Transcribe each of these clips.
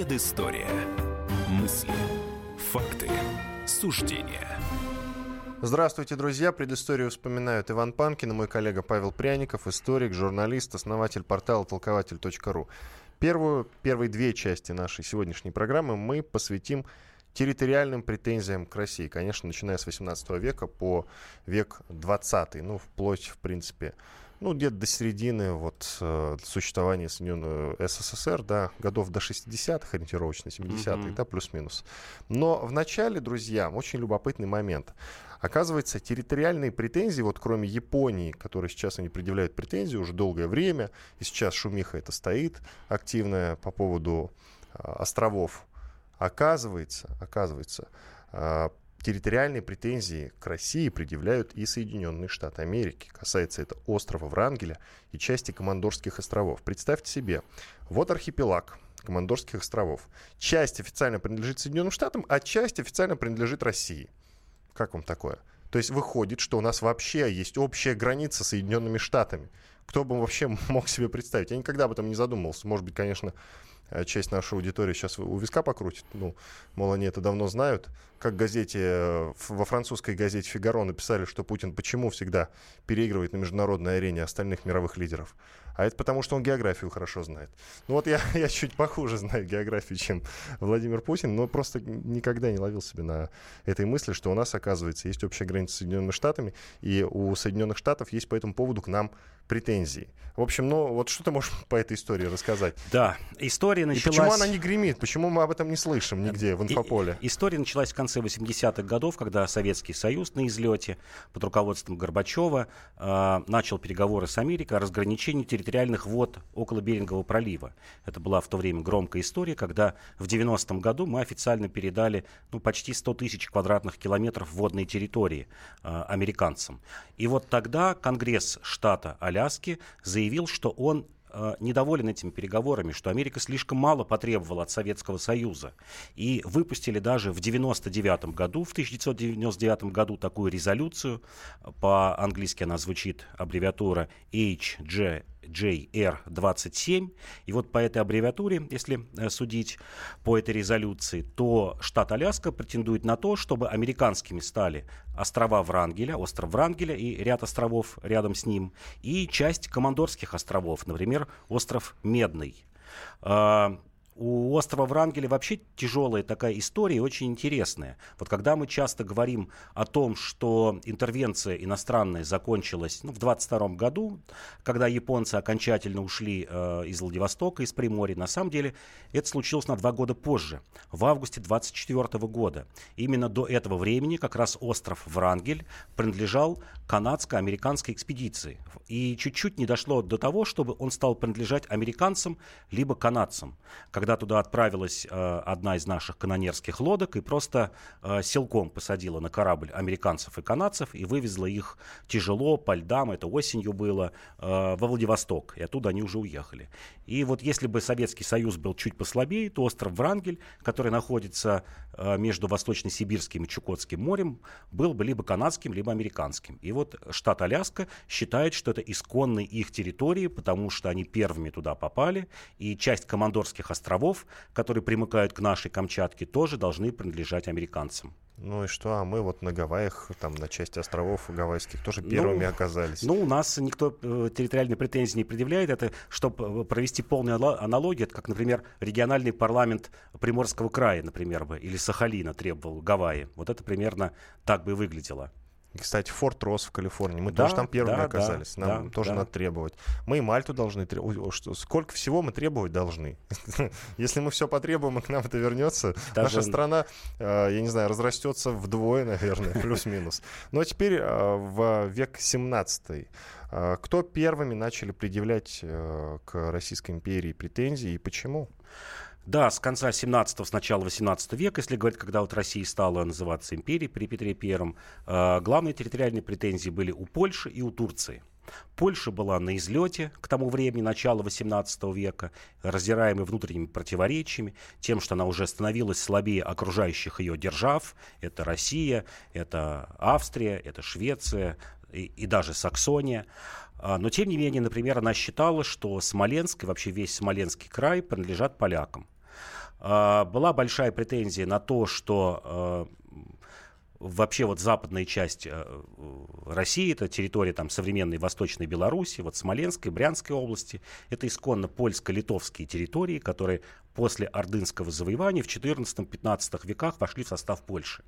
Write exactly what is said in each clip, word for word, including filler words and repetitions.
Предыстория. Мысли, факты, суждения. Здравствуйте, друзья. Предысторию вспоминают Иван Панкин и мой коллега Павел Пряников, историк, журналист, основатель портала толкователь точка ру. Первую, первые две части нашей сегодняшней программы мы посвятим территориальным претензиям к России. Конечно, начиная с восемнадцатого века по век двадцатый, ну, вплоть, в принципе, ну, где-то до середины вот, э, существования Соединенного СССР, да, годов до шестидесятых, ориентировочно, семидесятых, mm-hmm. да, плюс-минус. Но в начале, друзья, очень любопытный момент. Оказывается, территориальные претензии, вот кроме Японии, которые сейчас они предъявляют претензии уже долгое время, и сейчас шумиха это стоит активная по поводу э, островов, оказывается, оказывается, э, территориальные претензии к России предъявляют и Соединенные Штаты Америки. Касается это острова Врангеля и части Командорских островов. Представьте себе, вот архипелаг Командорских островов. Часть официально принадлежит Соединенным Штатам, а часть официально принадлежит России. Как вам такое? То есть выходит, что у нас вообще есть общая граница с Соединенными Штатами. Кто бы вообще мог себе представить? Я никогда об этом не задумывался. Может быть, конечно, часть нашей аудитории сейчас у виска покрутит. Ну, мол, они это давно знают. Как в газете, во французской газете «Фигаро» написали, что Путин почему всегда переигрывает на международной арене остальных мировых лидеров. А это потому, что он географию хорошо знает. Ну вот я, я чуть похуже знаю географию, чем Владимир Путин, но просто никогда не ловил себя на этой мысли, что у нас, оказывается, есть общая граница с Соединенными Штатами, и у Соединенных Штатов есть по этому поводу к нам претензии. В общем, ну вот что ты можешь по этой истории рассказать? Да, история началась... И почему она не гремит? Почему мы об этом не слышим нигде в инфополе? И, история началась в конце восьмидесятых годов, когда Советский Союз на излете под руководством Горбачева э, начал переговоры с Америкой о разграничении территориальных вод около Берингового пролива. Это была в то время громкая история, когда в девяностом году мы официально передали ну, почти сто тысяч квадратных километров водной территории э, американцам. И вот тогда Конгресс штата Аляски заявил, что он э, недоволен этими переговорами, что Америка слишком мало потребовала от Советского Союза. И выпустили даже в девяносто девятом году, в тысяча девятьсот девяносто девятом году такую резолюцию, по-английски она звучит, аббревиатура эйч джей джей ар двадцать семь. И вот по этой аббревиатуре, если э, судить по этой резолюции, то штат Аляска претендует на то, чтобы американскими стали острова Врангеля, остров Врангеля и ряд островов рядом с ним, и часть Командорских островов, например, остров Медный. Э, У острова Врангеля вообще тяжелая такая история, очень интересная. Вот когда мы часто говорим о том, что интервенция иностранная закончилась ну, в двадцать втором году, когда японцы окончательно ушли э, из Владивостока, из Приморья, на самом деле это случилось на два года позже, в августе двадцать четвёртого года. Именно до этого времени как раз остров Врангель принадлежал канадско-американской экспедиции. И чуть-чуть не дошло до того, чтобы он стал принадлежать американцам либо канадцам. Когда туда отправилась э, одна из наших канонерских лодок и просто э, силком посадила на корабль американцев и канадцев и вывезла их тяжело по льдам, это осенью было, э, во Владивосток. И оттуда они уже уехали. И вот если бы Советский Союз был чуть послабее, то остров Врангель, который находится э, между Восточно-Сибирским и Чукотским морем, был бы либо канадским, либо американским. И вот штат Аляска считает, что это исконные их территории, потому что они первыми туда попали, и часть Командорских островов, которые примыкают к нашей Камчатке, тоже должны принадлежать американцам. Ну и что, а мы вот на Гавайях, там на части островов гавайских тоже первыми ну, оказались. Ну, у нас никто э, территориальные претензии не предъявляет. Это, чтобы провести полную аналогию, это как, например, региональный парламент Приморского края, например, бы, или Сахалина требовал Гавайи. Вот это примерно так бы и выглядело. И, кстати, Форт Росс в Калифорнии. Мы да, тоже там первыми да, оказались. Да, Нам да, тоже да. надо требовать. Мы и Мальту должны требовать. Сколько всего мы требовать должны? Если мы все потребуем, и к нам это вернется, Даже... наша страна, я не знаю, разрастется вдвое, наверное, плюс-минус. Ну а теперь в век семнадцатый. Кто первыми начали предъявлять к Российской империи претензии и почему? Да, с конца семнадцатого, с начала восемнадцатого века, если говорить, когда вот Россия стала называться империей при Петре Первом, э, главные территориальные претензии были у Польши и у Турции. Польша была на излете к тому времени, начала восемнадцатого века, раздираемой внутренними противоречиями, тем, что она уже становилась слабее окружающих ее держав. Это Россия, это Австрия, это Швеция и, и даже Саксония. Но, тем не менее, например, она считала, что Смоленск и вообще весь Смоленский край принадлежат полякам. Была большая претензия на то, что вообще вот западная часть России, это территория там, современной Восточной Беларуси, вот Смоленской, Брянской области, это исконно польско-литовские территории, которые после ордынского завоевания в четырнадцатом-пятнадцатом веках вошли в состав Польши.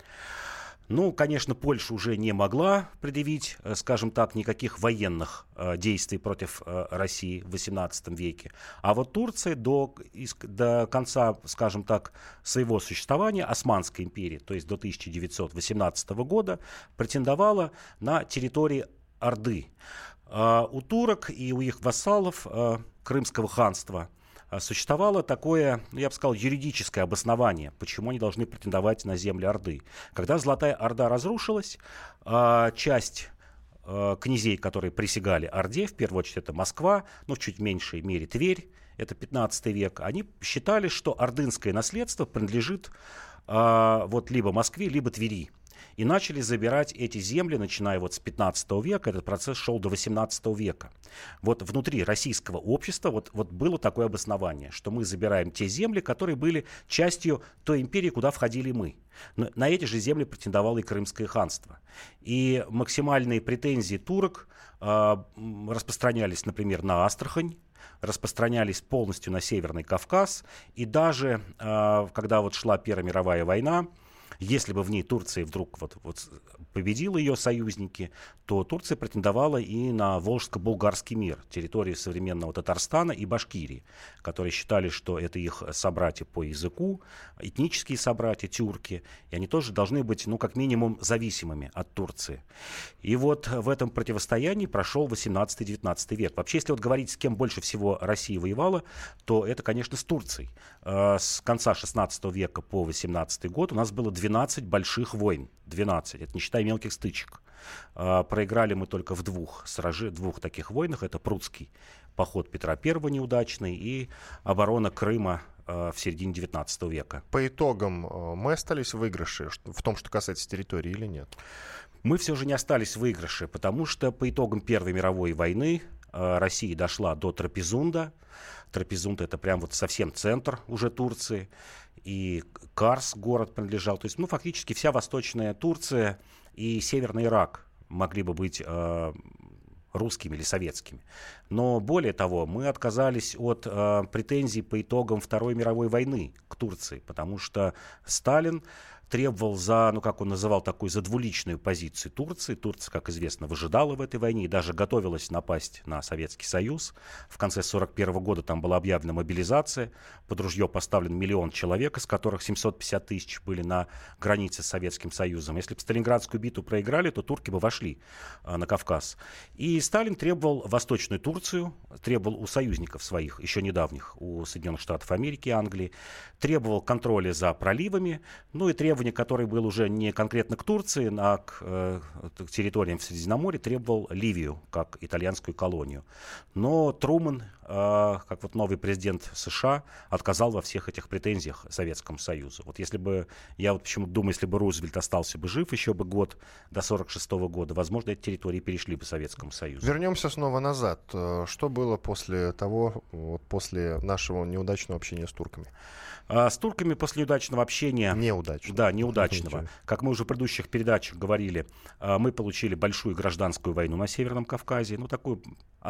Ну, конечно, Польша уже не могла предъявить, скажем так, никаких военных э, действий против э, России в восемнадцатом веке. А вот Турция до, до конца, скажем так, своего существования, Османской империи, то есть до тысяча девятьсот восемнадцатого года, претендовала на территории Орды. Э, у турок и у их вассалов э, Крымского ханства существовало такое, я бы сказал, юридическое обоснование, почему они должны претендовать на земли Орды. Когда Золотая Орда разрушилась, часть князей, которые присягали Орде, в первую очередь это Москва, но в чуть меньшей мере Тверь, это пятнадцатый век, они считали, что ордынское наследство принадлежит вот либо Москве, либо Твери. И начали забирать эти земли, начиная вот с пятнадцатого века, этот процесс шел до восемнадцатого века. Вот внутри российского общества вот, вот было такое обоснование, что мы забираем те земли, которые были частью той империи, куда входили мы. Но на эти же земли претендовало и Крымское ханство. И максимальные претензии турок э, распространялись, например, на Астрахань, распространялись полностью на Северный Кавказ. И даже э, когда вот шла Первая мировая война, если бы в ней Турция вдруг вот, вот победила ее союзники, то Турция претендовала и на Волжско-Булгарский мир, территорию современного Татарстана и Башкирии, которые считали, что это их собратья по языку, этнические собратья, тюрки, и они тоже должны быть, ну, как минимум, зависимыми от Турции. И вот в этом противостоянии прошел восемнадцатый-девятнадцатый век. Вообще, если вот говорить, с кем больше всего Россия воевала, то это, конечно, с Турцией. С конца шестнадцатого века по восемнадцатый год у нас было двенадцать больших войн. двенадцать, это не считая мелких стычек. Проиграли мы только в двух, сражи, двух таких войнах. Это Прудский поход Петра Первого неудачный и оборона Крыма в середине девятнадцатого века. По итогам мы остались в выигрыше в том, что касается территории, или нет? Мы все же не остались в выигрыше, потому что по итогам Первой мировой войны Россия дошла до Трапезунда. Трапезунд — это прям вот совсем центр уже Турции. И Карс город принадлежал. То есть, ну, фактически вся Восточная Турция и Северный Ирак могли бы быть э, русскими или советскими. Но более того, мы отказались от э, претензий по итогам Второй мировой войны к Турции, потому что Сталин требовал за, ну, как он называл, такую за двуличную позицию Турции. Турция, как известно, выжидала в этой войне и даже готовилась напасть на Советский Союз. В конце сорок первого года там была объявлена мобилизация. Под ружье поставлен миллион человек, из которых семьсот пятьдесят тысяч были на границе с Советским Союзом. Если бы Сталинградскую битву проиграли, то турки бы вошли а, на Кавказ. И Сталин требовал Восточную Турцию, требовал у союзников своих, еще недавних, у Соединенных Штатов Америки и Англии, требовал контроля за проливами, ну и требовал, который был уже не конкретно к Турции, а к, э, к территориям в Средиземноморье, требовал Ливию как итальянскую колонию. Но Трумэн, э, как вот новый президент США, отказал во всех этих претензиях Советскому Союзу. Вот если бы, я вот почему-то думаю, если бы Рузвельт остался бы жив еще бы год до сорок шестого года, возможно, эти территории перешли бы Советскому Союзу. Вернемся снова назад. Что было после того, вот после нашего неудачного общения с турками? А с турками после неудачного общения... Неудачного. Да, неудачного. Как мы уже в предыдущих передачах говорили, мы получили большую гражданскую войну на Северном Кавказе, ну, такую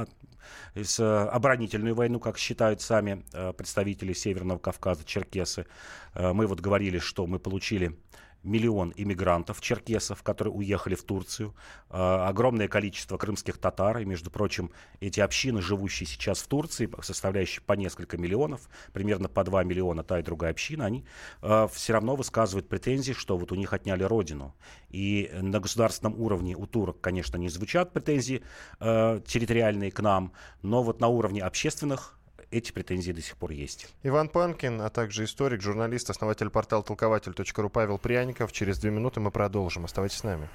оборонительную войну, как считают сами представители Северного Кавказа, черкесы. Мы вот говорили, что мы получили миллион иммигрантов, черкесов, которые уехали в Турцию, э, огромное количество крымских татар, и, между прочим, эти общины, живущие сейчас в Турции, составляющие по несколько миллионов, примерно по два миллиона та и другая община, они э, все равно высказывают претензии, что вот у них отняли родину. И на государственном уровне у турок, конечно, не звучат претензии э, территориальные к нам, но вот на уровне общественных эти претензии до сих пор есть. Иван Панкин, а также историк, журналист, основатель портала толкователь точка ру Павел Пряников. Через две минуты мы продолжим. Оставайтесь с нами.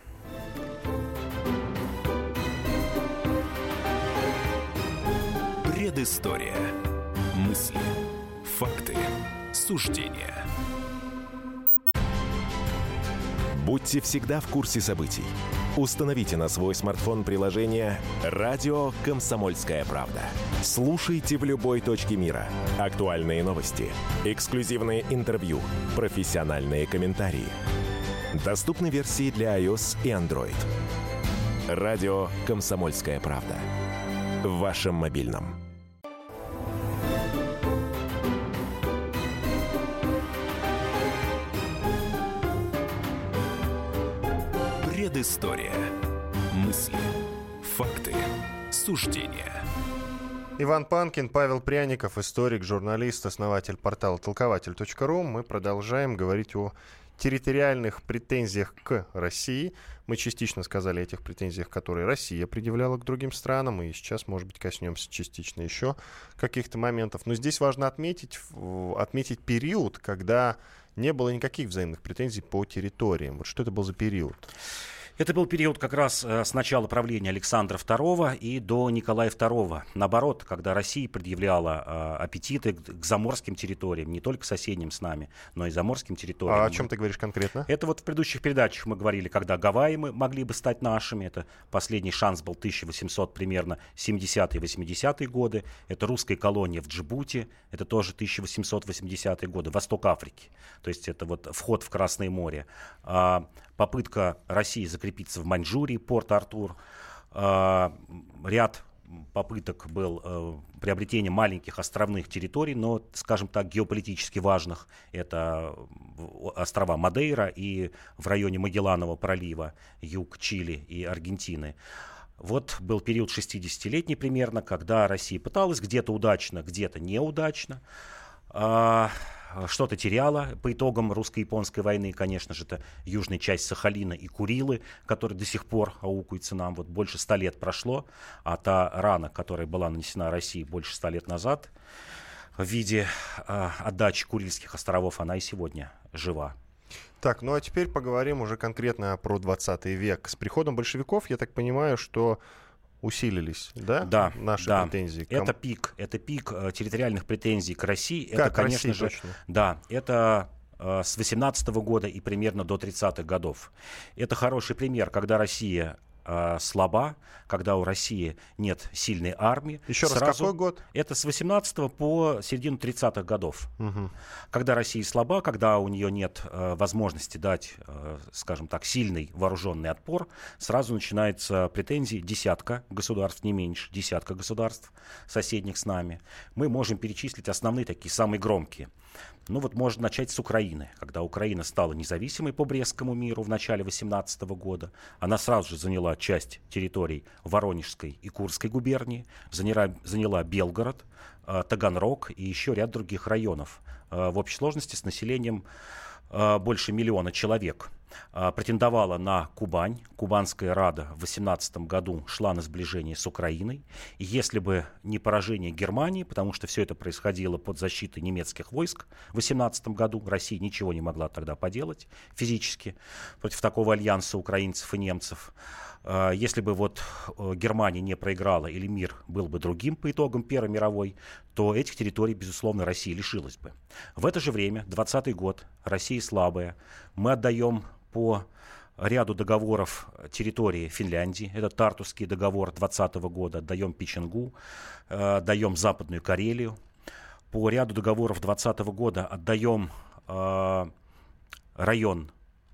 Предыстория. Мысли, факты, суждения. Будьте всегда в курсе событий. Установите на свой смартфон приложение «Радио Комсомольская правда». Слушайте в любой точке мира. Актуальные новости, эксклюзивные интервью, профессиональные комментарии. Доступны версии для iOS и Android. «Радио Комсомольская правда». В вашем мобильном. Предыстория. Мысли, факты, суждения. Иван Панкин, Павел Пряников, историк, журналист, основатель портала толкователь точка ру. Мы продолжаем говорить о территориальных претензиях к России. Мы частично сказали о этих претензиях, которые Россия предъявляла к другим странам, и сейчас, может быть, коснемся частично еще каких-то моментов. Но здесь важно отметить, отметить период, когда не было никаких взаимных претензий по территориям. Вот что это был за период? Это был период как раз с начала правления Александра второго и до Николая второго. Наоборот, когда Россия предъявляла э, аппетиты к, к заморским территориям, не только соседним с нами, но и заморским территориям. А о чем ты говоришь конкретно? Это вот в предыдущих передачах мы говорили, когда Гавайи мы могли бы стать нашими. Это последний шанс был тысяча восемьсот примерно семидесятые восьмидесятые годы. Это русская колония в Джибути. Это тоже тысяча восемьсот восьмидесятые годы. Восток Африки. То есть это вот вход в Красное море. А, попытка России закрепиться в Маньчжурии, Порт-Артур. А, ряд попыток был э, приобретения маленьких островных территорий, но, скажем так, геополитически важных. Это острова Мадейра и в районе Магелланового пролива, юг Чили и Аргентины. Вот был период шестидесятилетний примерно, когда Россия пыталась где-то удачно, где-то неудачно. А, что-то теряла по итогам русско-японской войны, конечно же, это южная часть Сахалина и Курилы, которые до сих пор аукаются нам. Вот больше ста лет прошло, а та рана, которая была нанесена России больше ста лет назад в виде э, отдачи Курильских островов, она и сегодня жива. Так, ну а теперь поговорим уже конкретно про двадцатый век. С приходом большевиков, я так понимаю, что усилились, да, да наши да. претензии? Это пик, это пик э, территориальных претензий к России. Как, это, конечно России, же, точно? Да, это э, с восемнадцатого года и примерно до тридцатых годов. Это хороший пример, когда Россия э, слаба, когда у России нет сильной армии. Еще раз, Сразу... какой год? Это с восемнадцатого по середину тридцатых годов. Угу. Когда Россия слаба, когда у нее нет э, возможности дать, э, скажем так, сильный вооруженный отпор, сразу начинаются претензии десятка государств, не меньше, десятка государств соседних с нами. Мы можем перечислить основные такие, самые громкие. Ну вот можно начать с Украины. Когда Украина стала независимой по Брестскому миру в начале восемнадцатого года, она сразу же заняла часть территорий Воронежской и Курской губернии, заняла, заняла Белгород, э, Таганрог и еще ряд других районов. Э, в общей сложности с населением э, больше миллиона человек. Э, претендовала на Кубань. Кубанская Рада в восемнадцатом году шла на сближение с Украиной. И если бы не поражение Германии, потому что все это происходило под защитой немецких войск в восемнадцатом году, Россия ничего не могла тогда поделать физически против такого альянса украинцев и немцев. Если бы вот Германия не проиграла или мир был бы другим по итогам Первой мировой, то этих территорий, безусловно, Россия лишилась бы. В это же время, двадцатый год, Россия слабая. Мы отдаем по ряду договоров территории Финляндии. Это Тартусский договор двадцатого года. Отдаем Печенгу, отдаем Западную Карелию. По ряду договоров двадцатого года отдаем э, район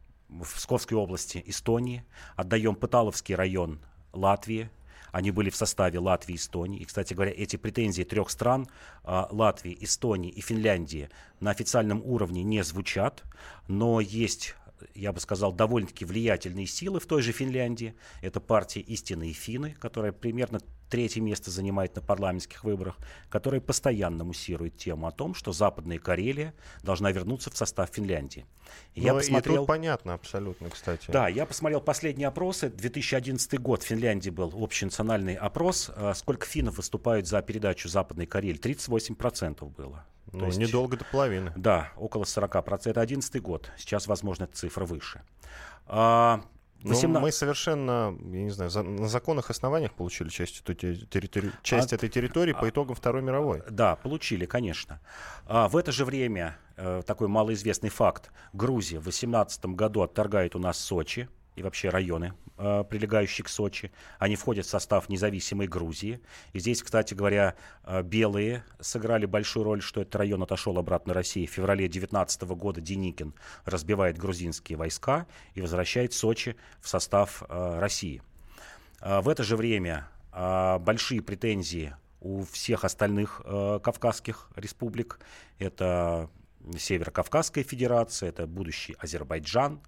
в Псковской области Эстонии, отдаем Пыталовский район Латвии. Они были в составе Латвии и Эстонии. И, кстати говоря, эти претензии трех стран, Латвии, Эстонии и Финляндии, на официальном уровне не звучат, но есть, я бы сказал, довольно-таки влиятельные силы в той же Финляндии. Это партия «Истинные финны», которая примерно третье место занимает на парламентских выборах, которая постоянно муссирует тему о том, что Западная Карелия должна вернуться в состав Финляндии. Я посмотрел... И тут понятно абсолютно, кстати. Да, я посмотрел последние опросы. две тысячи одиннадцатый год в Финляндии был общенациональный опрос. Сколько финнов выступают за передачу Западной Карелии? тридцать восемь процентов было. Ну, То есть, недолго до половины. Да, около сорок процентов. Это одиннадцатый год. Сейчас, возможно, эта цифра выше. А, восемнадцать... Мы совершенно, я не знаю, за, на законных основаниях получили часть, эту территори... часть а... этой территории по итогам Второй мировой. Да, получили, конечно. А в это же время, э, такой малоизвестный факт, Грузия в восемнадцатом году отторгает у нас Сочи и вообще районы, э, прилегающие к Сочи. Они входят в состав независимой Грузии. И здесь, кстати говоря, э, белые сыграли большую роль, что этот район отошел обратно России. В феврале девятнадцатого года Деникин разбивает грузинские войска и возвращает Сочи в состав э, России. Э, в это же время э, большие претензии у всех остальных э, кавказских республик. Это Северо-Кавказская Федерация, это будущий Азербайджан.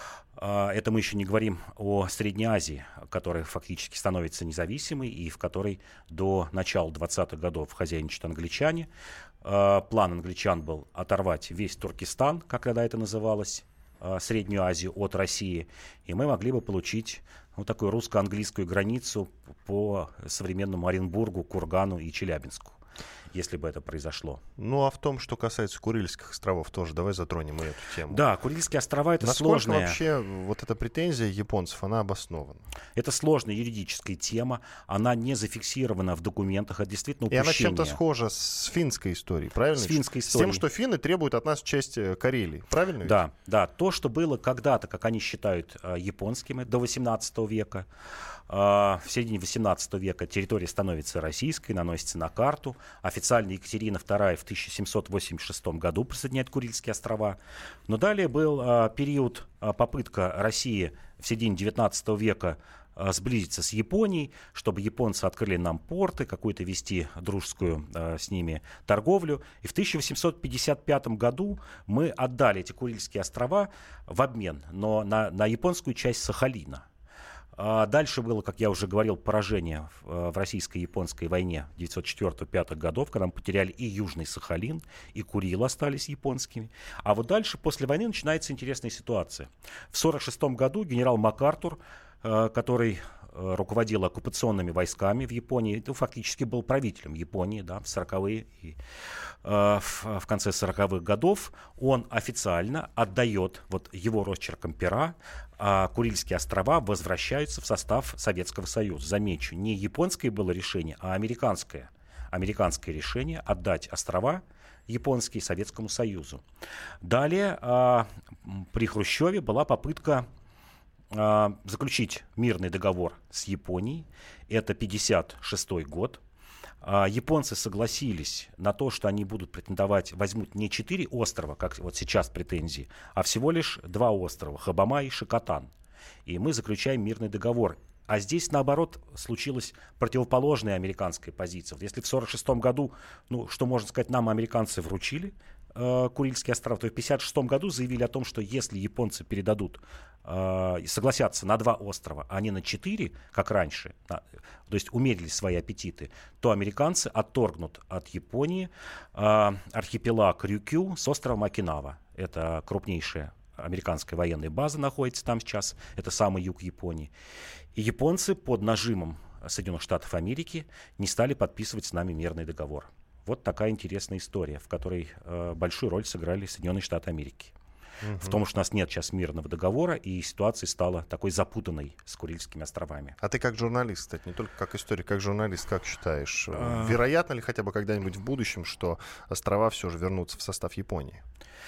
Это мы еще не говорим о Средней Азии, которая фактически становится независимой и в которой до начала двадцатых годов хозяйничают англичане. План англичан был оторвать весь Туркестан, как тогда это называлось, Среднюю Азию от России, и мы могли бы получить вот такую русско-английскую границу по современному Оренбургу, Кургану и Челябинску, если бы это произошло. Ну, а в том, что касается Курильских островов, тоже давай затронем и эту тему. Да, Курильские острова — это Насколько сложная... вообще вот эта претензия японцев, она обоснована? Это сложная юридическая тема, она не зафиксирована в документах, это действительно упущение. И она чем-то схожа с финской историей, правильно? С финской историей. С тем, что финны требуют от нас часть Карелии, правильно? Да, ведь? Да. То, что было когда-то, как они считают, японскими до восемнадцатого века, в середине восемнадцатого века территория становится российской, наносится на карту. Официально Екатерина вторая в тысяча семьсот восемьдесят шестом году присоединяет Курильские острова. Но далее был а, период, а, попытка России в середине девятнадцатого века а, сблизиться с Японией, чтобы японцы открыли нам порты, какую-то вести дружескую а, с ними торговлю. И в тысяча восемьсот пятьдесят пятом году мы отдали эти Курильские острова в обмен, но на, на японскую часть Сахалина. Дальше было, как я уже говорил, поражение в российско-японской войне девятьсот четвёртого — пятого годов, когда мы потеряли и Южный Сахалин, и Курилы остались японскими. А вот дальше, после войны, начинается интересная ситуация. В сорок шестом году генерал МакАртур, который руководил оккупационными войсками в Японии, ну, фактически был правителем Японии, да, в сороковые и э, в, в конце сороковых годов, он официально отдает вот его росчерком пера, а Курильские острова возвращаются в состав Советского Союза. Замечу, не японское было решение, а американское. Американское решение отдать острова японские Советскому Союзу. Далее э, при Хрущеве была попытка заключить мирный договор с Японией. Это пятьдесят шестой год. Японцы согласились на то, что они будут претендовать, возьмут не четыре острова, как вот сейчас претензии, а всего лишь два острова, Хабама и Шикотан. И мы заключаем мирный договор. А здесь, наоборот, случилась противоположная американская позиция. Вот если в сорок шестом году, ну, что можно сказать, нам американцы вручили э, Курильские острова, то в пятьдесят шестом году заявили о том, что если японцы передадут и согласятся на два острова, а не на четыре, как раньше, то есть умерили свои аппетиты, то американцы отторгнут от Японии э, архипелаг Рюкю с островом Окинава. Это крупнейшая американская военная база находится там сейчас, это самый юг Японии. И японцы под нажимом Соединенных Штатов Америки не стали подписывать с нами мирный договор. Вот такая интересная история, в которой э, большую роль сыграли Соединенные Штаты Америки. Угу. В том, что у нас нет сейчас мирного договора, и ситуация стала такой запутанной с Курильскими островами. А ты как журналист, кстати, не только как историк, как журналист, как считаешь, а... вероятно ли хотя бы когда-нибудь в будущем, что острова все же вернутся в состав Японии?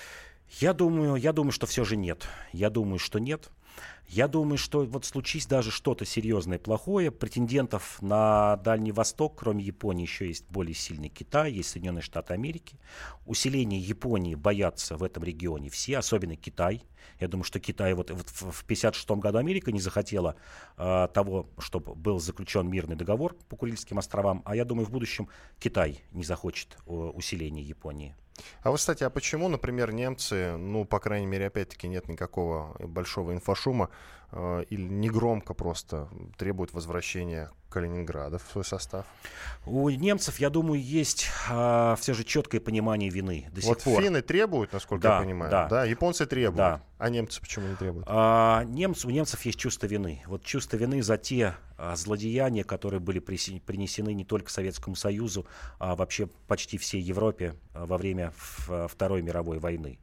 Я думаю, я думаю, что все же нет. Я думаю, что нет. Я думаю, что вот случись даже что-то серьезное и плохое, претендентов на Дальний Восток, кроме Японии, еще есть более сильный Китай, есть Соединенные Штаты Америки. Усиление Японии боятся в этом регионе все, особенно Китай. Я думаю, что Китай вот, вот в пятьдесят шестом году Америка не захотела э, того, чтобы был заключен мирный договор по Курильским островам, а я думаю, в будущем Китай не захочет э, усиления Японии. А вот, кстати, а почему, например, немцы, ну, по крайней мере, опять-таки нет никакого большого инфошума, э, или негромко просто требуют возвращения Калининграда в свой состав? У немцев, я думаю, есть э, все же четкое понимание вины до вот сих пор. Вот финны требуют, насколько да, я понимаю, да. да, японцы требуют, да. А немцы почему не требуют? А, немцы, у немцев есть чувство вины. Вот чувство вины за те а, злодеяния, которые были приси, принесены не только Советскому Союзу, а вообще почти всей Европе а, во время в, Второй мировой войны.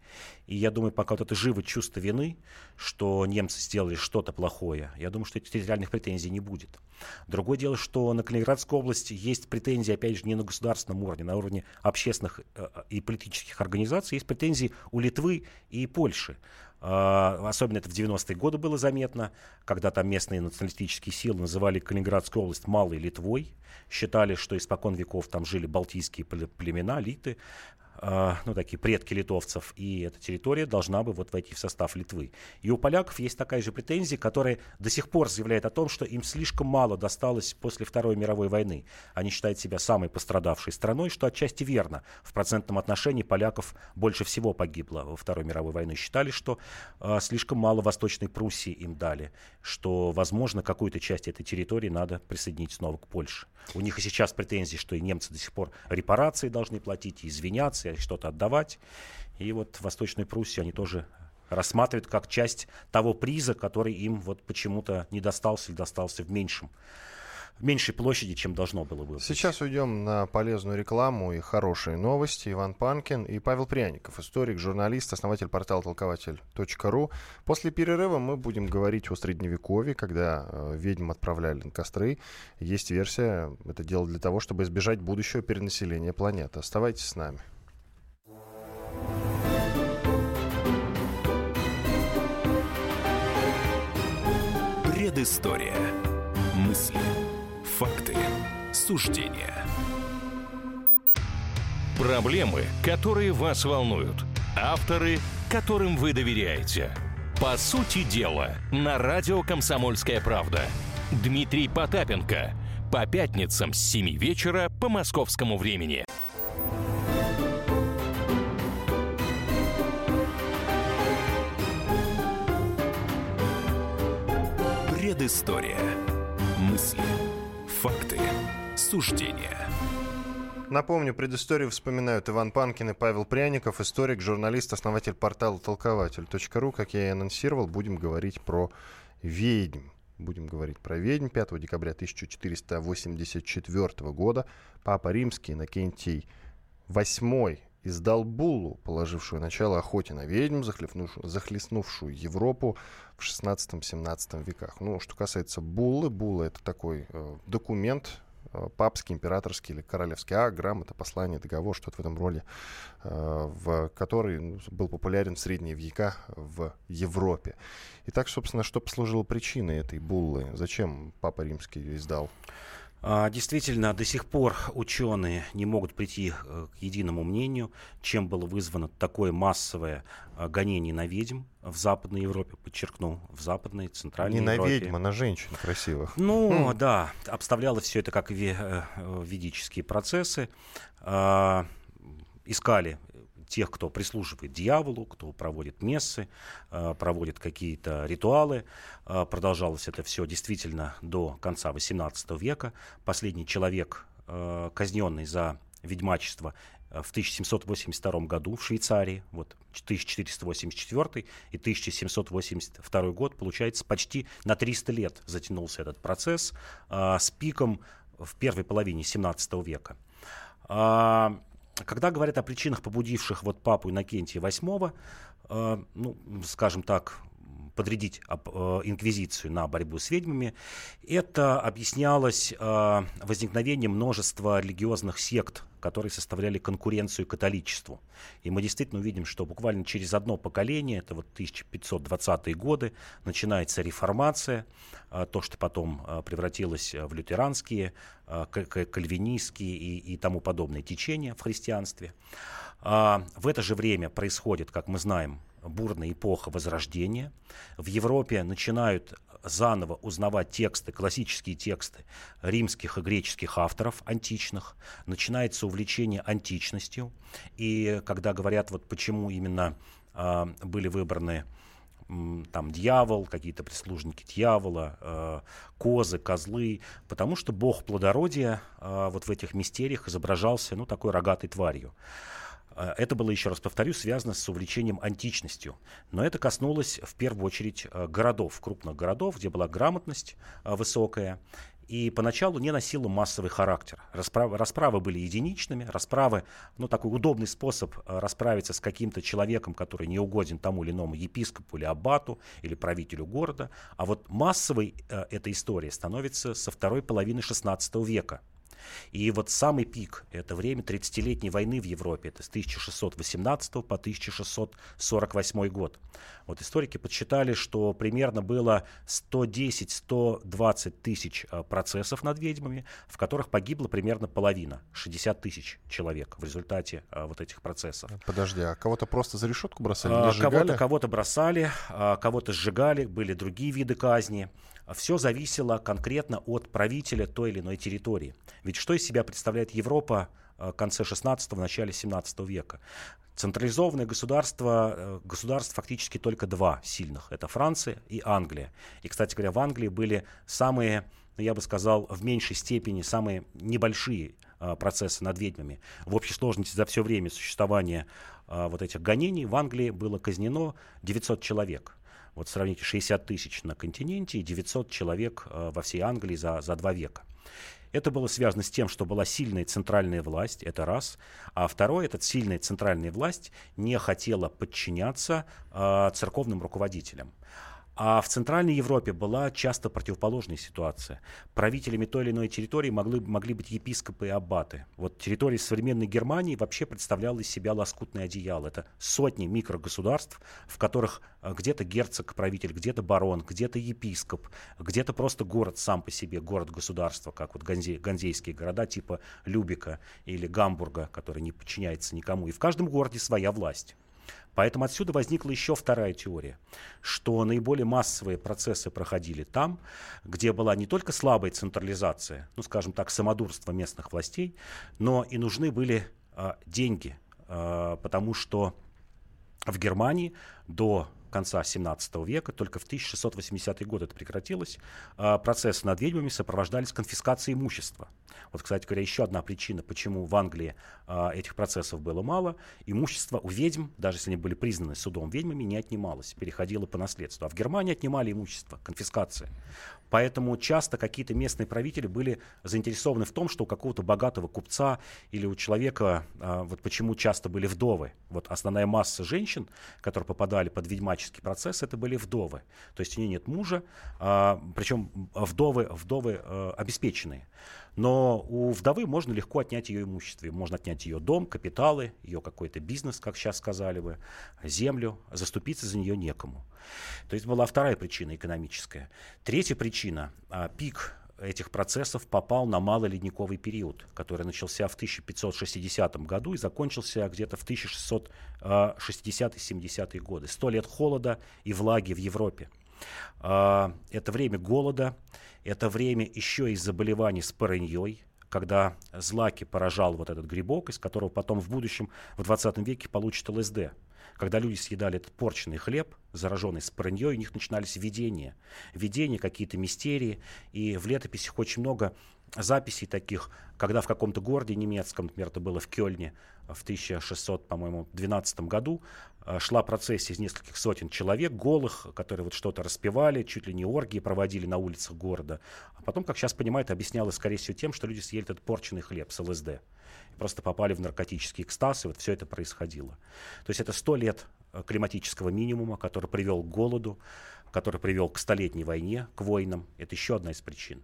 И я думаю, пока вот это живо чувство вины, что немцы сделали что-то плохое, я думаю, что этих территориальных претензий не будет. Другое дело, что на Калининградскую область есть претензии, опять же, не на государственном уровне, на уровне общественных э, и политических организаций. Есть претензии у Литвы и Польши. Uh, особенно это в девяностые годы было заметно, когда там местные националистические силы называли Калининградскую область Малой Литвой, считали, что испокон веков там жили балтийские племена, литы, uh, ну, такие предки литовцев, и эта территория должна бы вот войти в состав Литвы. И у поляков есть такая же претензия, которая до сих пор заявляет о том, что им слишком мало досталось после Второй мировой войны. Они считают себя самой пострадавшей страной, что отчасти верно. В процентном отношении поляков больше всего погибло во Второй мировой войне. Считали, что э, слишком мало Восточной Пруссии им дали, что, возможно, какую-то часть этой территории надо присоединить снова к Польше. У них и сейчас претензии, что и немцы до сих пор репарации должны платить, и извиняться, и что-то отдавать. И вот Восточную Пруссию они тоже рассматривают как часть того приза, который им вот почему-то не достался или достался в меньшем. В меньшей площади, чем должно было быть. Сейчас уйдем на полезную рекламу и хорошие новости. Иван Панкин и Павел Пряников, историк, журналист, основатель портала толкователь точка ру. После перерыва мы будем говорить о Средневековье, когда э, ведьм отправляли на костры. Есть версия, это дело для того, чтобы избежать будущего перенаселения планеты. Оставайтесь с нами. Предыстория. Мысли. Факты. Суждения. Проблемы, которые вас волнуют. Авторы, которым вы доверяете. По сути дела, на радио «Комсомольская правда». Дмитрий Потапенко. По пятницам с семи вечера по московскому времени. Предыстория. Мысли. Факты. Суждения. Напомню, предысторию вспоминают Иван Панкин и Павел Пряников, историк, журналист, основатель портала толкователь точка ру. Как я и анонсировал, будем говорить про ведьм. Будем говорить про ведьм. пятого декабря тысяча четыреста восемьдесят четвёртого года Папа Римский Иннокентий восьмой издал буллу, положившую начало охоте на ведьм, захлестнувшую Европу в шестнадцатом-семнадцатом веках. Ну, что касается буллы, булла — это такой э, документ, э, папский, императорский или королевский акт, грамота, послание, договор, что-то в этом роде, э, в который ну, был популярен в средние века в Европе. Итак, собственно, что послужило причиной этой буллы? Зачем Папа Римский ее издал? Действительно, до сих пор ученые не могут прийти к единому мнению, чем было вызвано такое массовое гонение на ведьм в Западной Европе, подчеркну, в Западной, Центральной не Европе. Не на ведьм, а на женщин красивых. Ну, хм. да, обставляло все это как ведические процессы. Искали тех, кто прислуживает дьяволу, кто проводит мессы, проводит какие-то ритуалы. Продолжалось это все действительно до конца восемнадцатого века. Последний человек, казненный за ведьмачество, в тысяча семьсот восемьдесят втором году в Швейцарии, вот тысяча четыреста восемьдесят четвёртый и тысяча семьсот восемьдесят второй год, получается, почти на триста лет затянулся этот процесс с пиком в первой половине семнадцатого века. Когда говорят о причинах, побудивших вот папу Иннокентия восьмого, э, ну, скажем так, подрядить э, инквизицию на борьбу с ведьмами, это объяснялось э, возникновением множества религиозных сект, которые составляли конкуренцию католичеству. И мы действительно увидим, что буквально через одно поколение, это вот тысяча пятьсот двадцатые годы, начинается реформация, то, что потом превратилось в лютеранские, кальвинистские и, и тому подобные течения в христианстве. В это же время происходит, как мы знаем, бурная эпоха Возрождения. В Европе начинают заново узнавать тексты, классические тексты римских и греческих авторов античных. Начинается увлечение античностью. И когда говорят, вот почему именно э, были выбраны э, там дьявол, какие-то прислужники дьявола, э, козы, козлы, потому что бог плодородия э, вот в этих мистериях изображался, ну, такой рогатой тварью. Это было, еще раз повторю, связано с увлечением античностью. Но это коснулось в первую очередь городов, крупных городов, где была грамотность высокая. и поначалу не носила массовый характер. Расправы, расправы были единичными, расправы, ну, такой удобный способ расправиться с каким-то человеком, который не угоден тому или иному епископу или аббату или правителю города. А вот массовой э, эта история становится со второй половины шестнадцатого века. И вот самый пик — это время тридцатилетней войны в Европе, это с тысяча шестьсот восемнадцатого по тысяча шестьсот сорок восьмой год. Вот историки подсчитали, что примерно было сто десять - сто двадцать тысяч процессов над ведьмами, в которых погибла примерно половина, шестьдесят тысяч человек в результате а, вот этих процессов. Подожди, а кого-то просто за решетку бросали, не а, сжигали? Кого-то, кого-то бросали, а, кого-то сжигали, были другие виды казни. Все зависело конкретно от правителя той или иной территории. Ведь что из себя представляет Европа в конце шестнадцатого, начале семнадцатого века? Централизованное государство, государств фактически только два сильных. Это Франция и Англия. И, кстати говоря, в Англии были самые, ну, я бы сказал, в меньшей степени самые небольшие а, процессы над ведьмами. В общей сложности за все время существования а, вот этих гонений в Англии было казнено девятьсот человек. Вот сравните, шестьдесят тысяч на континенте и девятьсот человек э, во всей Англии за, за два века. Это было связано с тем, что была сильная центральная власть, это раз. А второе, эта сильная центральная власть не хотела подчиняться э, церковным руководителям. А в Центральной Европе была часто противоположная ситуация. Правителями той или иной территории могли, могли быть епископы и аббаты. Вот территория современной Германии вообще представляла из себя лоскутное одеяло. Это сотни микрогосударств, в которых где-то герцог-правитель, где-то барон, где-то епископ, где-то просто город сам по себе, город-государство, как вот ганзе, ганзейские города типа Любека или Гамбурга, который не подчиняется никому. И в каждом городе своя власть. Поэтому отсюда возникла еще вторая теория, что наиболее массовые процессы проходили там, где была не только слабая централизация, ну, скажем так, самодурство местных властей, но и нужны были а, деньги, а, потому что в Германии до конца семнадцатого века, только в тысяча шестьсот восьмидесятый год это прекратилось, а, процессы над ведьмами сопровождались конфискацией имущества. Вот, кстати говоря, еще одна причина, почему в Англии а, этих процессов было мало. Имущество у ведьм, даже если они были признаны судом ведьмами, не отнималось, переходило по наследству. А в Германии отнимали имущество, конфискация. Поэтому часто какие-то местные правители были заинтересованы в том, что у какого-то богатого купца или у человека, а, вот почему часто были вдовы. Вот основная масса женщин, которые попадали под ведьмаческий процесс, это были вдовы. То есть у нее нет мужа, а, причем вдовы, вдовы а, обеспеченные. Но у вдовы можно легко отнять ее имущество. Можно отнять ее дом, капиталы, ее какой-то бизнес, как сейчас сказали бы, землю. Заступиться за нее некому. То есть была вторая причина экономическая. Третья причина, а, пик этих процессов попал на малоледниковый период, который начался в тысяча пятьсот шестидесятом году и закончился где-то в тысяча шестьсот шестидесятые-семидесятые годы. Сто лет холода и влаги в Европе. Это время голода, это время еще и заболеваний спорыньей, когда злаки поражал вот этот грибок, из которого потом в будущем, в двадцатом веке, получат эл эс дэ. Когда люди съедали этот порченный хлеб, зараженный спорыньей, у них начинались видения. Видения, какие-то мистерии. И в летописях очень много записей таких, когда в каком-то городе немецком, например, это было в Кёльне, в тысяча шестьсот двенадцатом году, шла процессия из нескольких сотен человек, голых, которые вот что-то распевали, чуть ли не оргии проводили на улицах города. А потом, как сейчас понимают, объяснялось, скорее всего, тем, что люди съели этот порченный хлеб с эл эс дэ. Просто попали в наркотический экстаз, и вот все это происходило. То есть это сто лет климатического минимума, который привел к голоду, который привел к столетней войне, к войнам. Это еще одна из причин.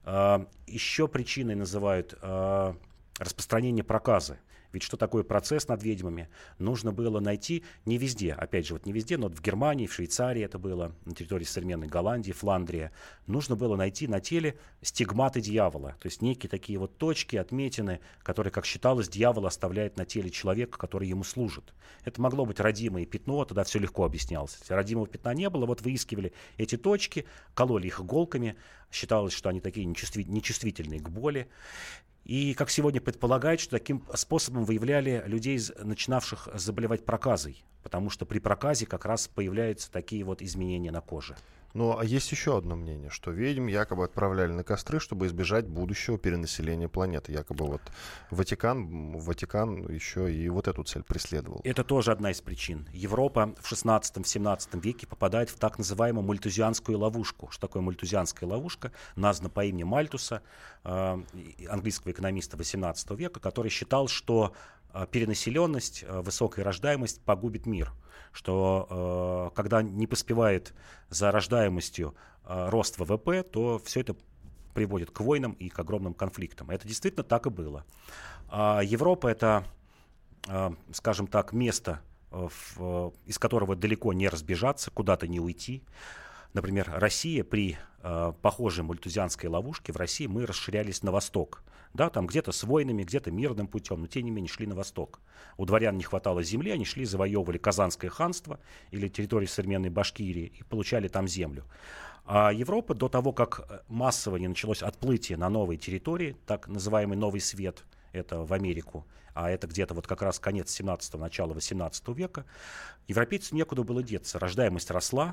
Еще причиной называют распространение проказы. Ведь что такое процесс над ведьмами? Нужно было найти не везде, опять же, вот не везде, но в Германии, в Швейцарии это было, на территории современной Голландии, Фландрия. Нужно было найти на теле стигматы дьявола, то есть некие такие вот точки, отметины, которые, как считалось, дьявол оставляет на теле человека, который ему служит. Это могло быть родимое пятно, тогда все легко объяснялось. Если родимого пятна не было, вот выискивали эти точки, кололи их иголками, считалось, что они такие нечувствительные к боли. И, как сегодня предполагают, что таким способом выявляли людей, начинавших заболевать проказой, потому что при проказе как раз появляются такие вот изменения на коже. Ну, а есть еще одно мнение, что ведьм якобы отправляли на костры, чтобы избежать будущего перенаселения планеты. Якобы вот Ватикан, Ватикан еще и вот эту цель преследовал. Это тоже одна из причин. Европа в шестнадцатом-семнадцатом веке попадает в так называемую мальтузианскую ловушку. Что такое мальтузианская ловушка? Названа по имени Мальтуса, э, английского экономиста восемнадцатого века, который считал, что перенаселенность, высокая рождаемость погубит мир. Что э, когда не поспевает за рождаемостью э, рост вэ вэ пэ, то все это приводит к войнам и к огромным конфликтам. Это действительно так и было. А Европа — это, э, скажем так, место, э, в, из которого далеко не разбежаться, куда-то не уйти. Например, Россия при э, похожей мальтузианской ловушке, в России мы расширялись на восток. Да, там где-то с войнами, где-то мирным путем, но тем не менее шли на восток. У дворян не хватало земли, они шли, завоевывали Казанское ханство или территорию современной Башкирии и получали там землю. А Европа до того, как массово не началось отплытие на новые территории, так называемый Новый Свет, это в Америку, а это где-то вот как раз конец семнадцатого, начало восемнадцатого века, европейцам некуда было деться. Рождаемость росла,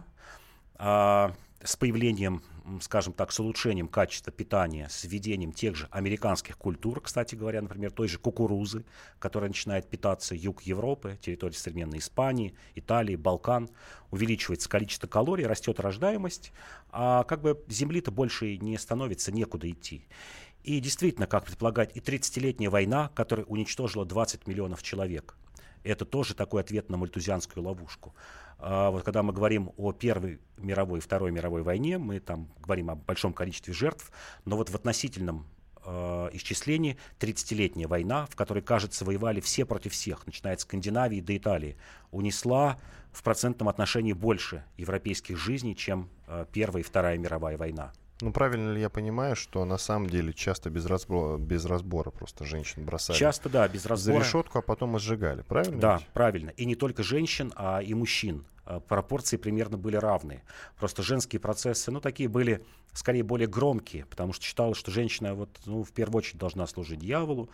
а с появлением, скажем так, с улучшением качества питания, с введением тех же американских культур, кстати говоря, например, той же кукурузы, которая начинает питаться юг Европы, территория современной Испании, Италии, Балкан, увеличивается количество калорий, растет рождаемость, а как бы земли-то больше не становится, некуда идти. И действительно, как предполагать, и тридцатилетняя война, которая уничтожила двадцать миллионов человек, это тоже такой ответ на мальтузианскую ловушку. А вот когда мы говорим о Первой мировой и Второй мировой войне, мы там говорим о большом количестве жертв, но вот в относительном э, исчислении тридцатилетняя война, в которой, кажется, воевали все против всех, начиная от Скандинавии до Италии, унесла в процентном отношении больше европейских жизней, чем э, Первая и Вторая мировая война. Ну, правильно ли я понимаю, что на самом деле часто без разбора, без разбора просто женщин бросали? Часто, да, без разбора. За решетку, а потом и сжигали, правильно? Да, ведь? правильно. И не только женщин, а и мужчин. Пропорции примерно были равны. Просто женские процессы, ну, такие были, скорее, более громкие, потому что считалось, что женщина, вот, ну, в первую очередь должна служить дьяволу,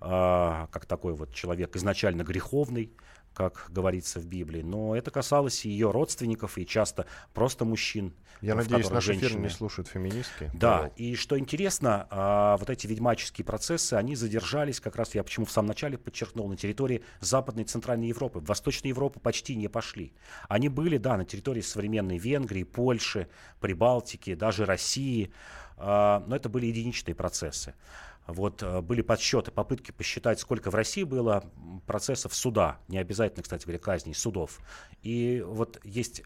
а, как такой вот человек изначально греховный, как говорится в Библии. Но это касалось и ее родственников, и часто просто мужчин. Я надеюсь, наш женщины... эфир не слушают феминистки. Да, да. И что интересно, а, вот эти ведьмаческие процессы, они задержались, как раз я почему в самом начале подчеркнул, на территории Западной и Центральной Европы. В Восточную Европу почти не пошли. Они были, да, на территории современной Венгрии, Польши, Прибалтики, даже России, а, но это были единичные процессы. Вот были подсчеты, попытки посчитать, сколько в России было процессов суда, не обязательно, кстати говоря, казней, судов. И вот есть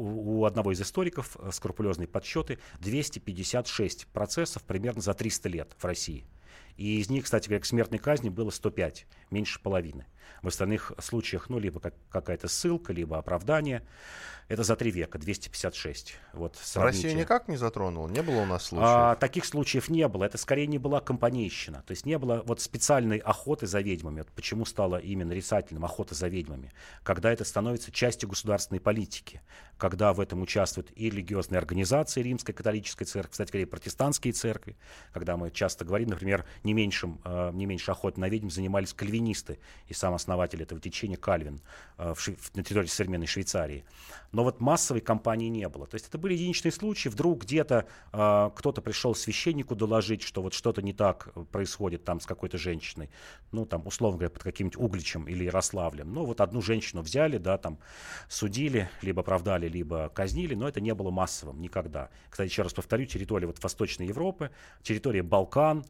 у одного из историков скрупулезные подсчеты: двести пятьдесят шесть процессов примерно за триста лет в России. И из них, кстати говоря, к смертной казни было сто пять, меньше половины. В остальных случаях, ну, либо как, какая-то ссылка, либо оправдание. Это за три века, двести пятьдесят шесть. Вот, Россия никак не затронула? Не было у нас случаев? А, таких случаев не было. Это скорее не была компанейщина. То есть не было вот специальной охоты за ведьмами. Вот почему стало именно нарицательным охота за ведьмами? Когда это становится частью государственной политики. Когда в этом участвуют и религиозные организации Римской католической церкви, кстати говоря, и протестантские церкви. Когда мы часто говорим, например, не, меньшим, не меньше охоты на ведьм занимались кальвинисты и сам основатель этого течения Кальвин в Шве- на территории современной Швейцарии. Но вот массовой кампании не было. То есть это были единичные случаи. Вдруг где-то э, кто-то пришел священнику доложить, что вот что-то не так происходит там с какой-то женщиной. Ну, там, условно говоря, под каким-нибудь Угличем или Ярославлем. Ну, вот одну женщину взяли, да, там, судили, либо оправдали, либо казнили, но это не было массовым никогда. Кстати, еще раз повторю, территория вот Восточной Европы, территория Балкан.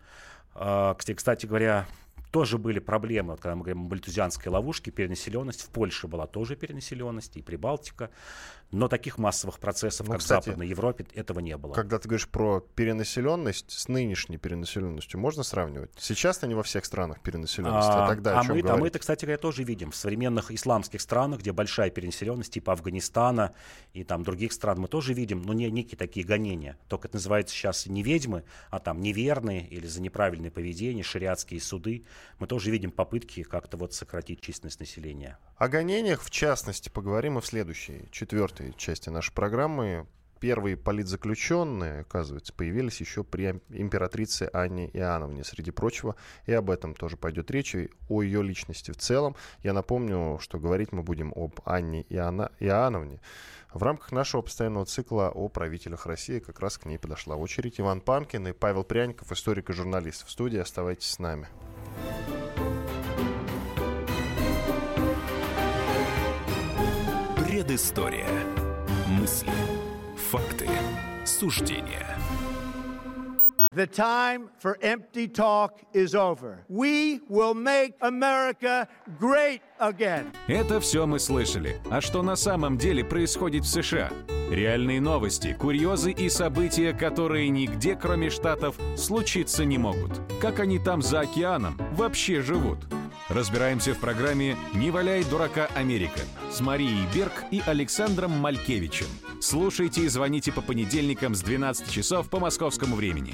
Э, кстати говоря, тоже были проблемы, вот, когда мы говорим о мальтузианской ловушке, перенаселенность. В Польше была тоже перенаселенность, и Прибалтика. Но таких массовых процессов, ну, как кстати, в Западной Европе, этого не было. Когда ты говоришь про перенаселенность с нынешней перенаселенностью, можно сравнивать? Сейчас-то не во всех странах перенаселенность, а, а тогда а о чем мы, говорить? А мы это, кстати говоря, тоже видим. В современных исламских странах, где большая перенаселенность, типа Афганистана и там других стран, мы тоже видим, но не некие такие гонения. Только это называется сейчас не ведьмы, а там неверные или за неправильное поведение, шариатские суды. Мы тоже видим попытки как-то вот сократить численность населения. О гонениях, в частности, поговорим и в следующей, четвертой части нашей программы. первые политзаключенные, оказывается, появились еще при императрице Анне Иоанновне. Среди прочего, и об этом тоже пойдет речь, и о ее личности в целом. Я напомню, что говорить мы будем об Анне Иоанна, Иоанновне. В рамках нашего постоянного цикла о правителях России как раз к ней подошла очередь. Иван Панкин и Павел Пряников, историк и журналист. В студии оставайтесь с нами. Предыстория. Мысли, факты, суждения. The time for empty talk is over. We will make America great again. Это все мы слышали. А что на самом деле происходит в США? Реальные новости, курьезы и события, которые нигде, кроме Штатов, случиться не могут. Как они там за океаном вообще живут? Разбираемся в программе «Не валяй дурака, Америка» с Марией Берг и Александром Малькевичем. Слушайте и звоните по понедельникам с двенадцати часов по московскому времени.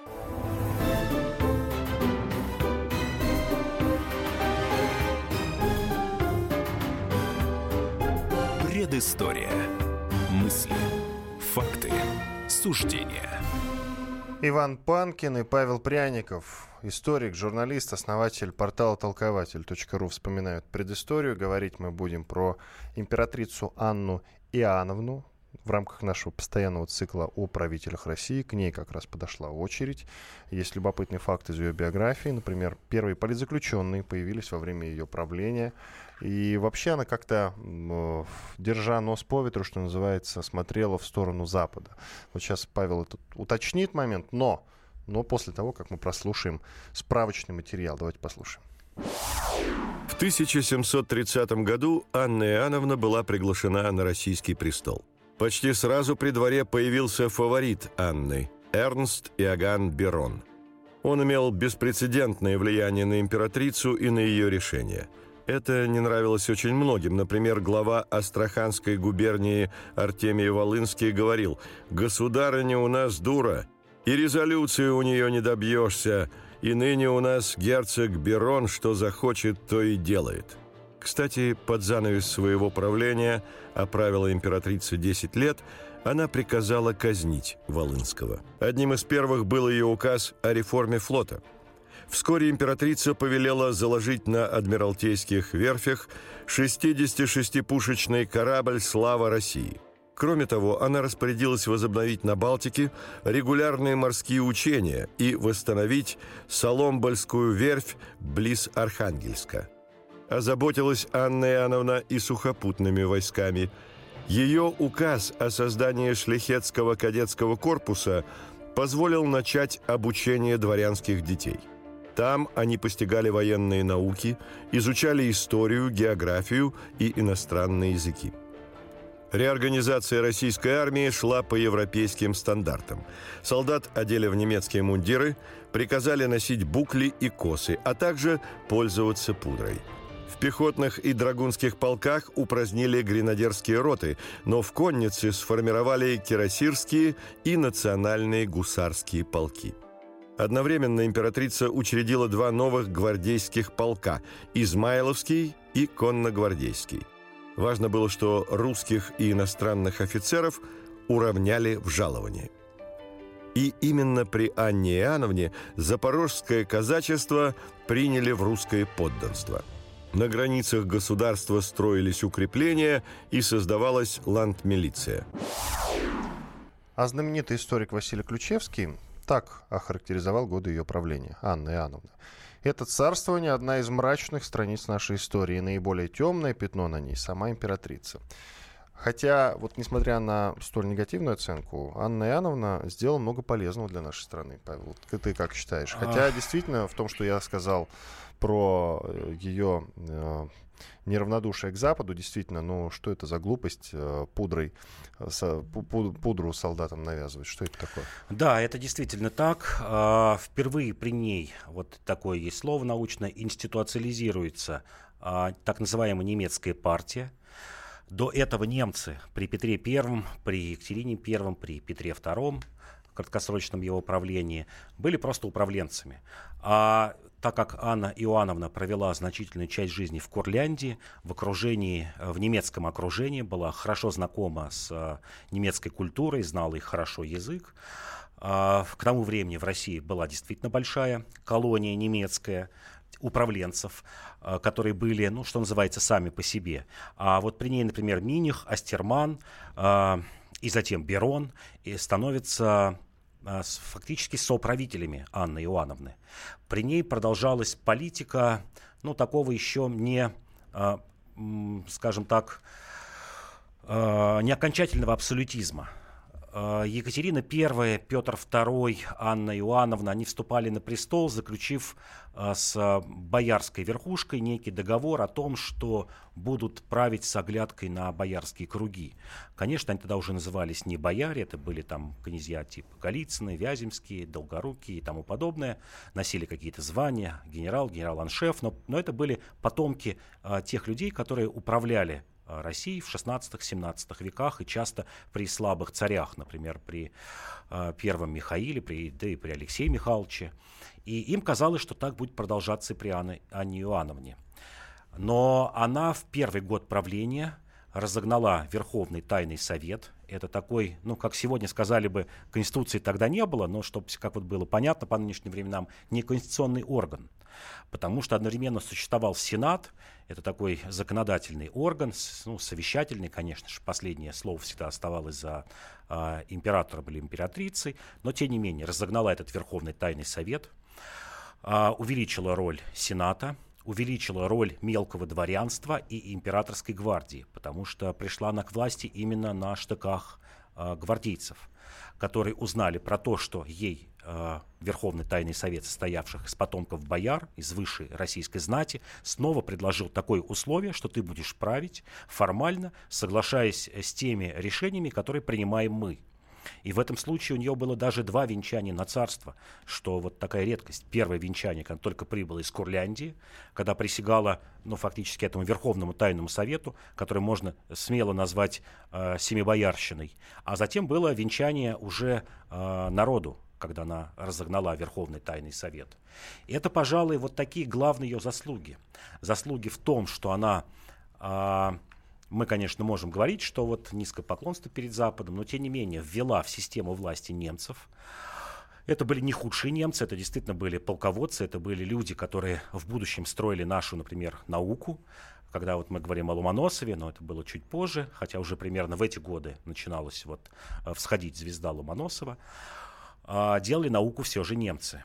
Предыстория. Мысли, факты, суждения. Иван Панкин и Павел Пряников, историк, журналист, основатель портала толкователь точка ру, вспоминают предысторию. Говорить мы будем про императрицу Анну Иоанновну в рамках нашего постоянного цикла о правителях России. К ней как раз подошла очередь. Есть любопытный факт из ее биографии. Например, первые политзаключенные появились во время ее правления. И вообще она как-то, э, держа нос по ветру, что называется, смотрела в сторону Запада. Вот сейчас Павел этот уточнит момент, но, но после того, как мы прослушаем справочный материал. Давайте послушаем. В тысяча семьсот тридцатом году Анна Иоанновна была приглашена на российский престол. Почти сразу при дворе появился фаворит Анны – Эрнст Иоганн Берон. Он имел беспрецедентное влияние на императрицу и на ее решения. Это не нравилось очень многим. Например, глава Астраханской губернии Артемий Волынский говорил: «Государыня у нас дура, и резолюции у нее не добьешься, и ныне у нас герцог Берон, что захочет, то и делает». Кстати, под занавес своего правления, а правила императрицы десять лет, она приказала казнить Волынского. Одним из первых был ее указ о реформе флота. Вскоре императрица повелела заложить на адмиралтейских верфях шестидесятишестипушечный корабль «Слава России». Кроме того, она распорядилась возобновить на Балтике регулярные морские учения и восстановить Соломбольскую верфь близ Архангельска. Озаботилась Анна Иоанновна и сухопутными войсками. Ее указ о создании шляхетского кадетского корпуса позволил начать обучение дворянских детей. Там они постигали военные науки, изучали историю, географию и иностранные языки. Реорганизация российской армии шла по европейским стандартам. Солдат одели в немецкие мундиры, приказали носить букли и косы, а также пользоваться пудрой. В пехотных и драгунских полках упразднили гренадерские роты, но в коннице сформировали кирасирские и национальные гусарские полки. Одновременно императрица учредила два новых гвардейских полка – Измайловский и конногвардейский. Важно было, что русских и иностранных офицеров уравняли в жаловании. И именно при Анне Иоанновне запорожское казачество приняли в русское подданство. На границах государства строились укрепления и создавалась ландмилиция. А знаменитый историк Василий Ключевский так охарактеризовал годы ее правления, Анны Иоанновны. Это царствование – одна из мрачных страниц нашей истории, и наиболее темное пятно на ней – сама императрица. Хотя, вот несмотря на столь негативную оценку, Анна Иоанновна сделала много полезного для нашей страны. Павел, вот ты как считаешь? Хотя, действительно, в том, что я сказал про ее э, неравнодушие к Западу, действительно, ну, что это за глупость э, пудрой, с, пудру солдатам навязывать? Что это такое? Да, это действительно так. А, впервые при ней, вот такое есть слово научное, институциализируется а, так называемая немецкая партия. До этого немцы при Петре Первом, при Екатерине Первом, при Петре Втором, в краткосрочном его правлении, были просто управленцами. А так как Анна Иоанновна провела значительную часть жизни в Курляндии, в окружении, в немецком окружении, была хорошо знакома с немецкой культурой, знала их хорошо язык. К тому времени в России была действительно большая колония немецкая, управленцев, которые были, ну, что называется, сами по себе. А вот при ней, например, Миних, Астерман и затем Берон становятся фактически соправителями Анны Иоанновны. При ней продолжалась политика, ну, такого еще не, скажем так, не окончательного абсолютизма. Екатерина Первая, Петр Второй, Анна Иоанновна, они вступали на престол, заключив с боярской верхушкой некий договор о том, что будут править с оглядкой на боярские круги. Конечно, они тогда уже назывались не бояре, это были там князья типа Голицыны, Вяземские, Долгорукие и тому подобное, носили какие-то звания, генерал, генерал-аншеф, но, но это были потомки а, тех людей, которые управляли России в шестнадцатом-семнадцатом веках и часто при слабых царях, например, при э, первом Михаиле, при, да и при Алексее Михайловиче. И им казалось, что так будет продолжаться и при Анне, Анне Иоанновне. Но она в первый год правления разогнала Верховный Тайный Совет. Это такой, ну, как сегодня сказали бы, Конституции тогда не было, но, чтобы, как вот было понятно по нынешним временам, не конституционный орган. Потому что одновременно существовал Сенат, это такой законодательный орган, ну, совещательный, конечно же, последнее слово всегда оставалось за э, императором или императрицей, но, тем не менее, разогнала этот Верховный Тайный Совет, э, увеличила роль Сената, увеличила роль мелкого дворянства и императорской гвардии, потому что пришла она к власти именно на штыках э, гвардейцев, которые узнали про то, что ей э, Верховный Тайный Совет, состоявших из потомков бояр, из высшей российской знати, снова предложил такое условие, что ты будешь править формально, соглашаясь с теми решениями, которые принимаем мы. И в этом случае у нее было даже два венчания на царство, что вот такая редкость. Первое венчание, когда только прибыла из Курляндии, когда присягала, ну, фактически этому Верховному Тайному Совету, который можно смело назвать э, семибоярщиной. А затем было венчание уже э, народу, когда она разогнала Верховный Тайный Совет. И это, пожалуй, вот такие главные ее заслуги. Заслуги в том, что она... Э, Мы, конечно, можем говорить, что вот низкое поклонство перед Западом, но, тем не менее, ввела в систему власти немцев. Это были не худшие немцы, это действительно были полководцы, это были люди, которые в будущем строили нашу, например, науку. Когда вот мы говорим о Ломоносове, но это было чуть позже, хотя уже примерно в эти годы начиналась вот всходить звезда Ломоносова. Делали науку все же немцы.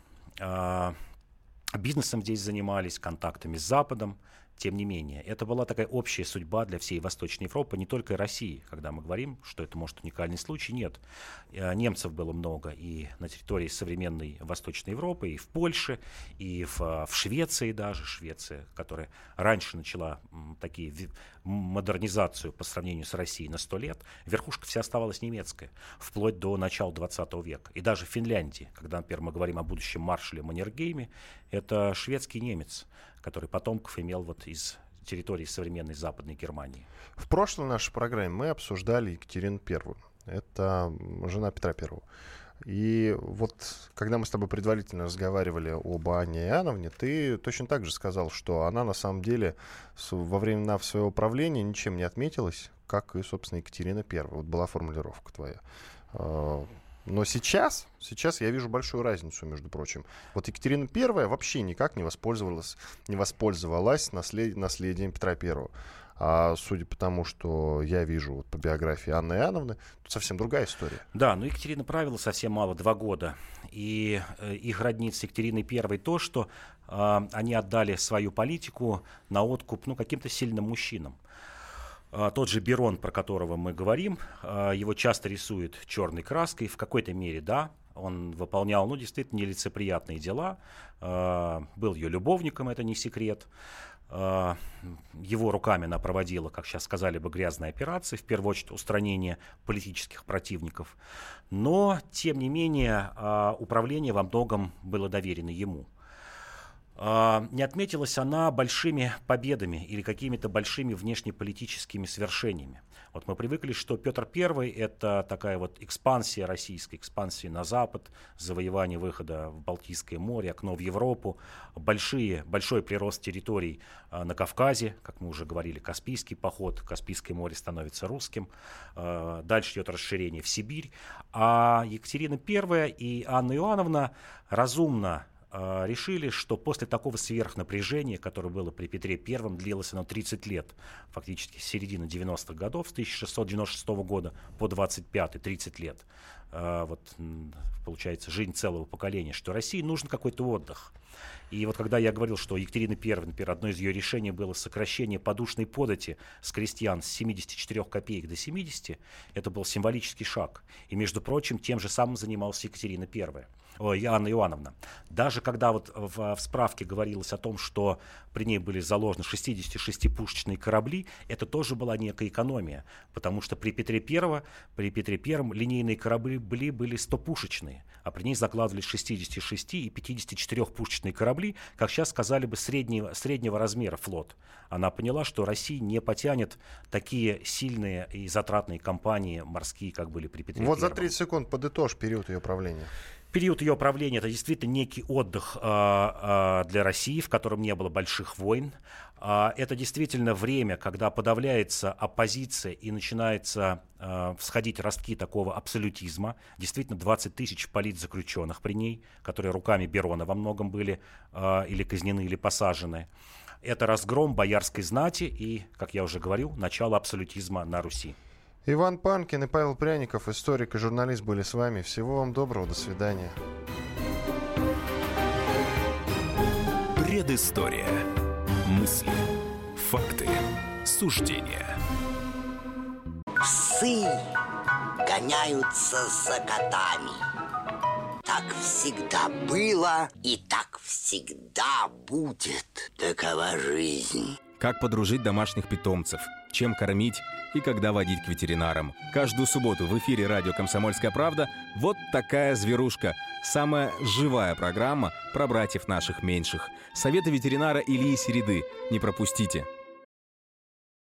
Бизнесом здесь занимались, контактами с Западом. Тем не менее, это была такая общая судьба для всей Восточной Европы, не только России. Когда мы говорим, что это, может, уникальный случай, нет. Немцев было много и на территории современной Восточной Европы, и в Польше, и в, в Швеции даже. Швеция, которая раньше начала м, такие модернизацию по сравнению с Россией на сто лет, верхушка вся оставалась немецкая, вплоть до начала двадцатого века. И даже в Финляндии, когда, например, мы говорим о будущем маршале Маннергейме, это шведский немец, который потомков имел вот из территории современной Западной Германии. В прошлой нашей программе мы обсуждали Екатерину Первую. Это жена Петра Первого. И вот, когда мы с тобой предварительно разговаривали об Анне Иоанновне, ты точно так же сказал, что она на самом деле во времена своего правления ничем не отметилась, как и, собственно, Екатерина Первая. Вот была формулировка твоя. Но сейчас, сейчас я вижу большую разницу, между прочим. Вот Екатерина Первая вообще никак не воспользовалась, не воспользовалась наслед, наследием Петра Первого. А судя по тому, что я вижу вот по биографии Анны Иоанновны, тут совсем другая история. Да, но Екатерина правила совсем мало, два года. И э, их роднит с Екатериной Первой то, что э, они отдали свою политику на откуп, ну, каким-то сильным мужчинам. Uh, тот же Берон, про которого мы говорим, uh, его часто рисуют черной краской. В какой-то мере, да, он выполнял, ну, действительно, нелицеприятные дела. Uh, был ее любовником, это не секрет. Uh, его руками она проводила, как сейчас сказали бы, грязные операции, в первую очередь устранение политических противников. Но, тем не менее, uh, управление во многом было доверено ему. Не отметилась она большими победами или какими-то большими внешнеполитическими свершениями. Вот мы привыкли, что Петр Первый — это такая вот экспансия российской, экспансия на запад, завоевание выхода в Балтийское море, окно в Европу, большие, большой прирост территорий а, на Кавказе, как мы уже говорили, Каспийский поход, Каспийское море становится русским, а, дальше идет расширение в Сибирь, а Екатерина Первая и Анна Иоанновна разумно решили, что после такого сверхнапряжения, которое было при Петре Первом, длилось оно тридцать лет, фактически с середины девяностых годов, с тысяча шестьсот девяносто шестого года по двадцать пятый, тридцать лет, вот, получается, жизнь целого поколения, что России нужен какой-то отдых. И вот когда я говорил, что Екатерина Первая, например, одно из ее решений было сокращение подушной подати с крестьян с семидесяти четырёх копеек до семидесяти, это был символический шаг. И, между прочим, тем же самым занималась Екатерина Первая. Ой, Анна Иоанновна. Даже когда вот в, в справке говорилось о том, что при ней были заложены шестидесятишестипушечные корабли, это тоже была некая экономия, потому что при Петре Первом, при Петре Первом линейные корабли были, были стопушечные, а при ней закладывались шестидесяти шести и пятидесяти четырёх пушечные корабли, как сейчас сказали бы, среднего, среднего размера флот. Она поняла, что Россия не потянет такие сильные и затратные компании морские, как были при Петре Вот Первом. За тридцать секунд подытожь период ее правления. Период ее правления — это действительно некий отдых э, э, для России, в котором не было больших войн. Э, это действительно время, когда подавляется оппозиция и начинается э, всходить ростки такого абсолютизма. Действительно, двадцать тысяч политзаключенных при ней, которые руками Берона во многом были э, или казнены, или посажены. Это разгром боярской знати и, как я уже говорил, начало абсолютизма на Руси. Иван Панкин и Павел Пряников, историк и журналист, были с вами. Всего вам доброго, до свидания. Предыстория. Мысли, факты, суждения. Псы гоняются за котами. Так всегда было и так всегда будет. Такова жизнь. Как подружить домашних питомцев, чем кормить и когда водить к ветеринарам. Каждую субботу в эфире радио «Комсомольская правда» вот такая зверушка. Самая живая программа про братьев наших меньших. Советы ветеринара Ильи Середы. Не пропустите.